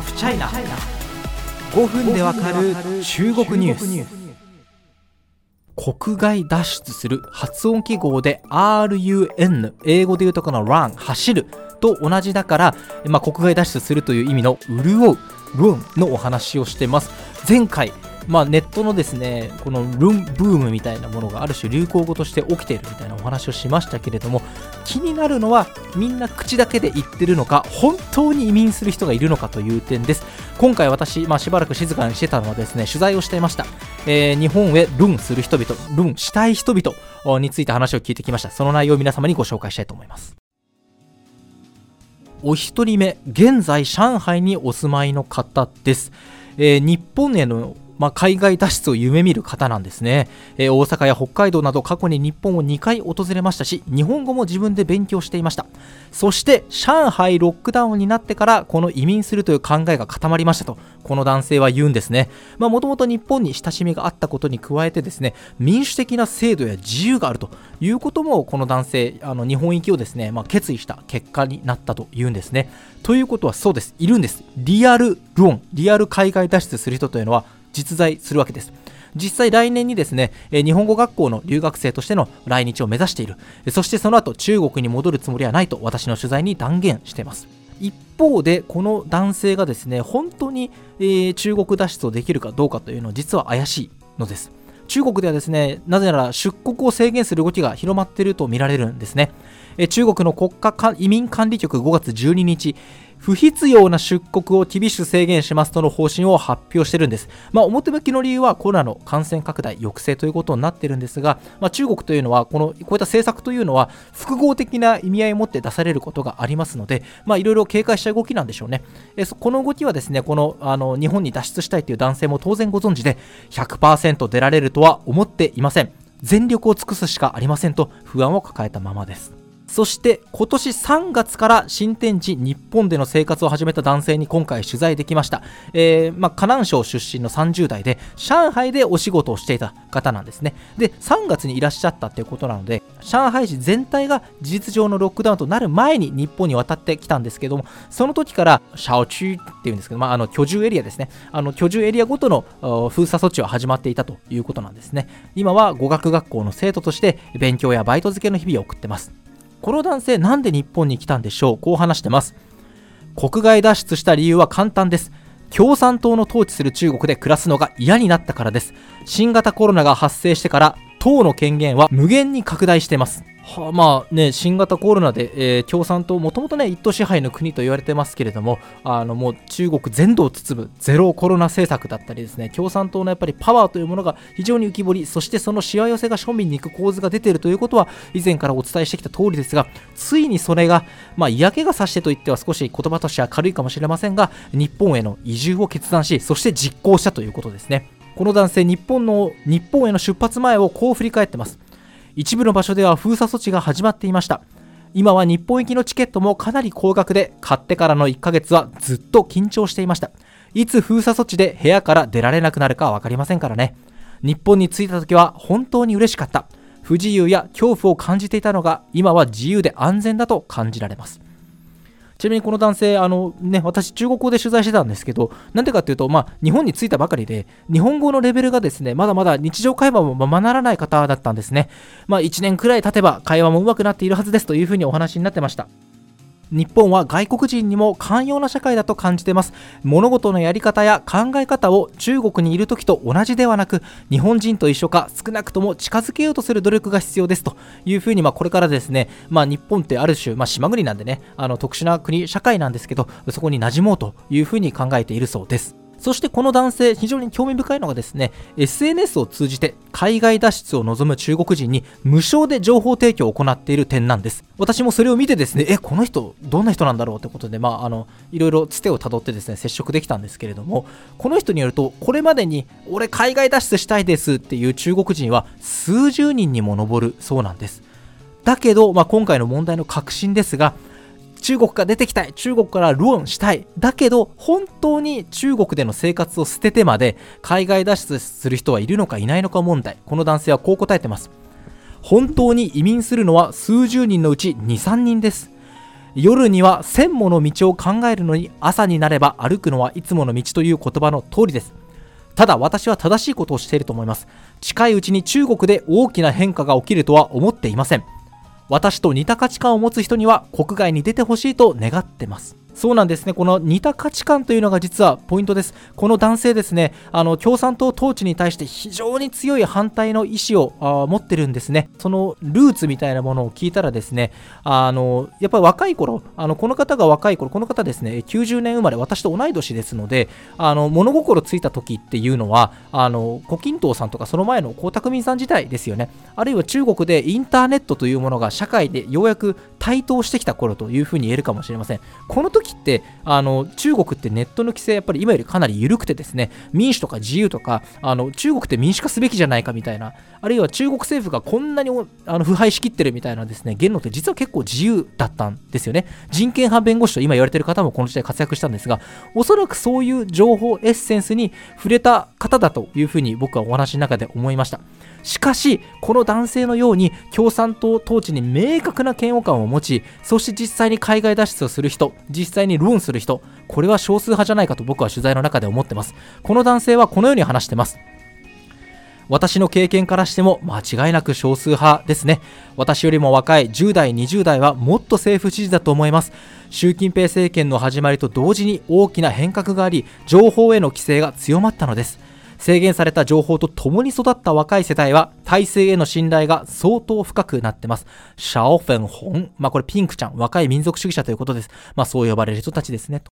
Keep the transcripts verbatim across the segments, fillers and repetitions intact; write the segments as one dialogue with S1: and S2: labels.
S1: フチャイナ。ごふんでわかる中国ニュース。国外脱出する発音記号で アールユーエヌ、 英語で言うとこの run 走ると同じだから、まあ、国外脱出するという意味の潤う run のお話をしてます。前回まあ、ネットのですねこのルンブームみたいなものがある種流行語として起きているみたいなお話をしましたけれども、気になるのはみんな口だけで言ってるのか本当に移民する人がいるのかという点です。今回私、まあ、しばらく静かにしてたのはですね取材をしていました。えー、日本へルンする人々、ルンしたい人々について話を聞いてきました。その内容を皆様にご紹介したいと思います。お一人目、現在上海にお住まいの方です。えー、日本へのまあ、海外脱出を夢見る方なんですね。えー、大阪や北海道など過去に日本をにかい訪れましたし、日本語も自分で勉強していました。そして上海ロックダウンになってからこの移民するという考えが固まりましたとこの男性は言うんですね。もともと日本に親しみがあったことに加えてですね、民主的な制度や自由があるということもこの男性、あの日本行きをですね、まあ、決意した結果になったというんですね。ということはそうです、いるんです。リアルロン、リアル海外脱出する人というのは実在するわけです。実際来年にですね、日本語学校の留学生としての来日を目指している。そしてその後中国に戻るつもりはないと私の取材に断言しています。一方でこの男性がですね本当に、えー、中国脱出をできるかどうかというのは実は怪しいのです。中国ではですね、なぜなら出国を制限する動きが広まっていると見られるんですね。え中国の国家移民管理局ごがつじゅうににち、不必要な出国を厳しく制限しますとの方針を発表しているんです。まあ、表向きの理由はコロナの感染拡大抑制ということになっているんですが、まあ、中国というのはこのこういった政策というのは複合的な意味合いを持って出されることがありますので、まあ、いろいろ警戒した動きなんでしょうね。えこの動きはですね、この、あの日本に脱出したいという男性も当然ご存知で ひゃくパーセント 出られるとは思っていません。全力を尽くすしかありませんと不安を抱えたままです。そして今年さんがつから新天地日本での生活を始めた男性に今回取材できました。えーまあ、河南省出身のさんじゅうだいで上海でお仕事をしていた方なんですね。でさんがつにいらっしゃったということなので、上海市全体が事実上のロックダウンとなる前に日本に渡ってきたんですけども、その時からシャオチューっていうんですけど、まあ、あの居住エリアですね、あの居住エリアごとの封鎖措置は始まっていたということなんですね。今は語学学校の生徒として勉強やバイト漬けの日々を送ってます。この男性、なんで日本に来たんでしょう。こう話してます。国外脱出した理由は簡単です。共産党の統治する中国で暮らすのが嫌になったからです。新型コロナが発生してから党の権限は無限に拡大しています。はあ、まあね、新型コロナで、えー、共産党、もともとね一党支配の国と言われてますけれども、あのもう中国全土を包むゼロコロナ政策だったりですね、共産党のやっぱりパワーというものが非常に浮き彫り、そしてそのしわ寄せが庶民に行く構図が出ているということは以前からお伝えしてきた通りですが、ついにそれが、まあ、嫌気がさしてと言っては少し言葉としては軽いかもしれませんが、日本への移住を決断し、そして実行したということですね。この男性、日本の日本への出発前をこう振り返ってます。一部の場所では封鎖措置が始まっていました。今は日本行きのチケットもかなり高額で、買ってからのいっかげつはずっと緊張していました。いつ封鎖措置で部屋から出られなくなるか分かりませんからね。日本に着いた時は本当に嬉しかった。不自由や恐怖を感じていたのが今は自由で安全だと感じられます。ちなみにこの男性、あのね、私中国語で取材してたんですけど、なんでかっていうと、まあ、日本に着いたばかりで日本語のレベルがですねまだまだ日常会話もままならない方だったんですね。まあ、いちねんくらい経てば会話も上手くなっているはずですというふうにお話になってました。日本は外国人にも寛容な社会だと感じています。物事のやり方や考え方を中国にいる時と同じではなく、日本人と一緒か少なくとも近づけようとする努力が必要ですというふうに、まあ、これからですね、まあ、日本ってある種、まあ、島国なんでね、あの特殊な国社会なんですけど、そこに馴染もうというふうに考えているそうです。そしてこの男性、非常に興味深いのがですね、エスエヌエス を通じて海外脱出を望む中国人に無償で情報提供を行っている点なんです。私もそれを見てですね、え、この人どんな人なんだろうってことで、まあ、あのいろいろつてをたどってですね接触できたんですけれども、この人によると、これまでに俺海外脱出したいですっていう中国人は数十人にも上るそうなんです。だけど、まあ、今回の問題の核心ですが、中国から出てきたい、中国からローンしたい、だけど本当に中国での生活を捨ててまで海外脱出する人はいるのかいないのか問題。この男性はこう答えてます。本当に移民するのは数十人のうちに、さんにんです。 夜には千もの道を考えるのに朝になれば歩くのはいつもの道という言葉の通りです。ただ私は正しいことをしていると思います。近いうちに中国で大きな変化が起きるとは思っていません。私と似た価値観を持つ人には国外に出てほしいと願ってます。そうなんですね。この似た価値観というのが実はポイントです。この男性ですね、あの共産党統治に対して非常に強い反対の意思をあ持ってるんですね。そのルーツみたいなものを聞いたらですね、あのやっぱり若い頃、あのこの方が若い頃、この方ですね、きゅうじゅうねん生まれ、私と同い年ですので、あの物心ついた時っていうのは、あの胡錦涛さんとかその前の江沢民さん時代ですよね。あるいは中国でインターネットというものが社会でようやく台頭してきた頃というふうに言えるかもしれません。この時ってあの中国ってネットの規制やっぱり今よりかなり緩くてですね、民主とか自由とか、あの中国って民主化すべきじゃないかみたいな、あるいは中国政府がこんなにあの腐敗しきってるみたいなですね、言論って実は結構自由だったんですよね。人権派弁護士と今言われている方もこの時代活躍したんですが、おそらくそういう情報エッセンスに触れた方だというふうに僕はお話の中で思いました。しかしこの男性のように共産党統治に明確な嫌悪感を持ち、そして実際に海外脱出をする人、実際にローンする人、これは少数派じゃないかと僕は取材の中で思ってます。この男性はこのように話してます。私の経験からしても間違いなく少数派ですね。私よりも若いじゅう代にじゅう代はもっと政府支持だと思います。習近平政権の始まりと同時に大きな変革があり、情報への規制が強まったのです。制限された情報と共に育った若い世代は体制への信頼が相当深くなってます。シャオフェンホン、まあこれピンクちゃん、若い民族主義者ということです。まあそう呼ばれる人たちですね。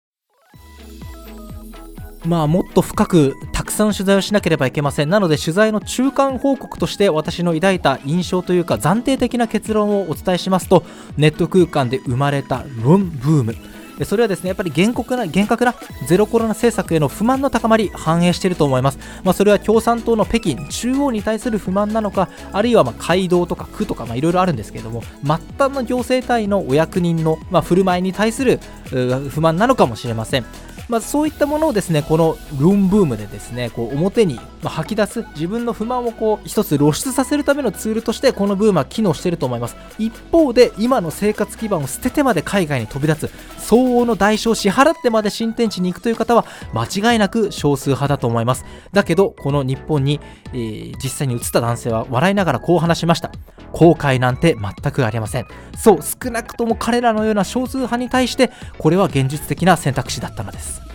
S1: まあもっと深くたくさん取材をしなければいけません。なので取材の中間報告として私の抱いた印象というか暫定的な結論をお伝えしますと、ネット空間で生まれた論ブーム、それはですね、やっぱり厳格な厳格なゼロコロナ政策への不満の高まり反映していると思います。まあ、それは共産党の北京中央に対する不満なのか、あるいはまあ街道とか区とかいろいろあるんですけれども、末端の行政単位のお役人のまあ振る舞いに対する不満なのかもしれません。まあ、そういったものをですね、この論ブームでですね、こう表に吐き出す、自分の不満をこう一つ露出させるためのツールとしてこのブームは機能していると思います。一方で今の生活基盤を捨ててまで海外に飛び立つ、相応の代償を支払ってまで新天地に行くという方は間違いなく少数派だと思います。だけどこの日本に、えー、実際に移った男性は笑いながらこう話しました。後悔なんて全くありません。そう、少なくとも彼らのような少数派に対してこれは現実的な選択肢だったのです。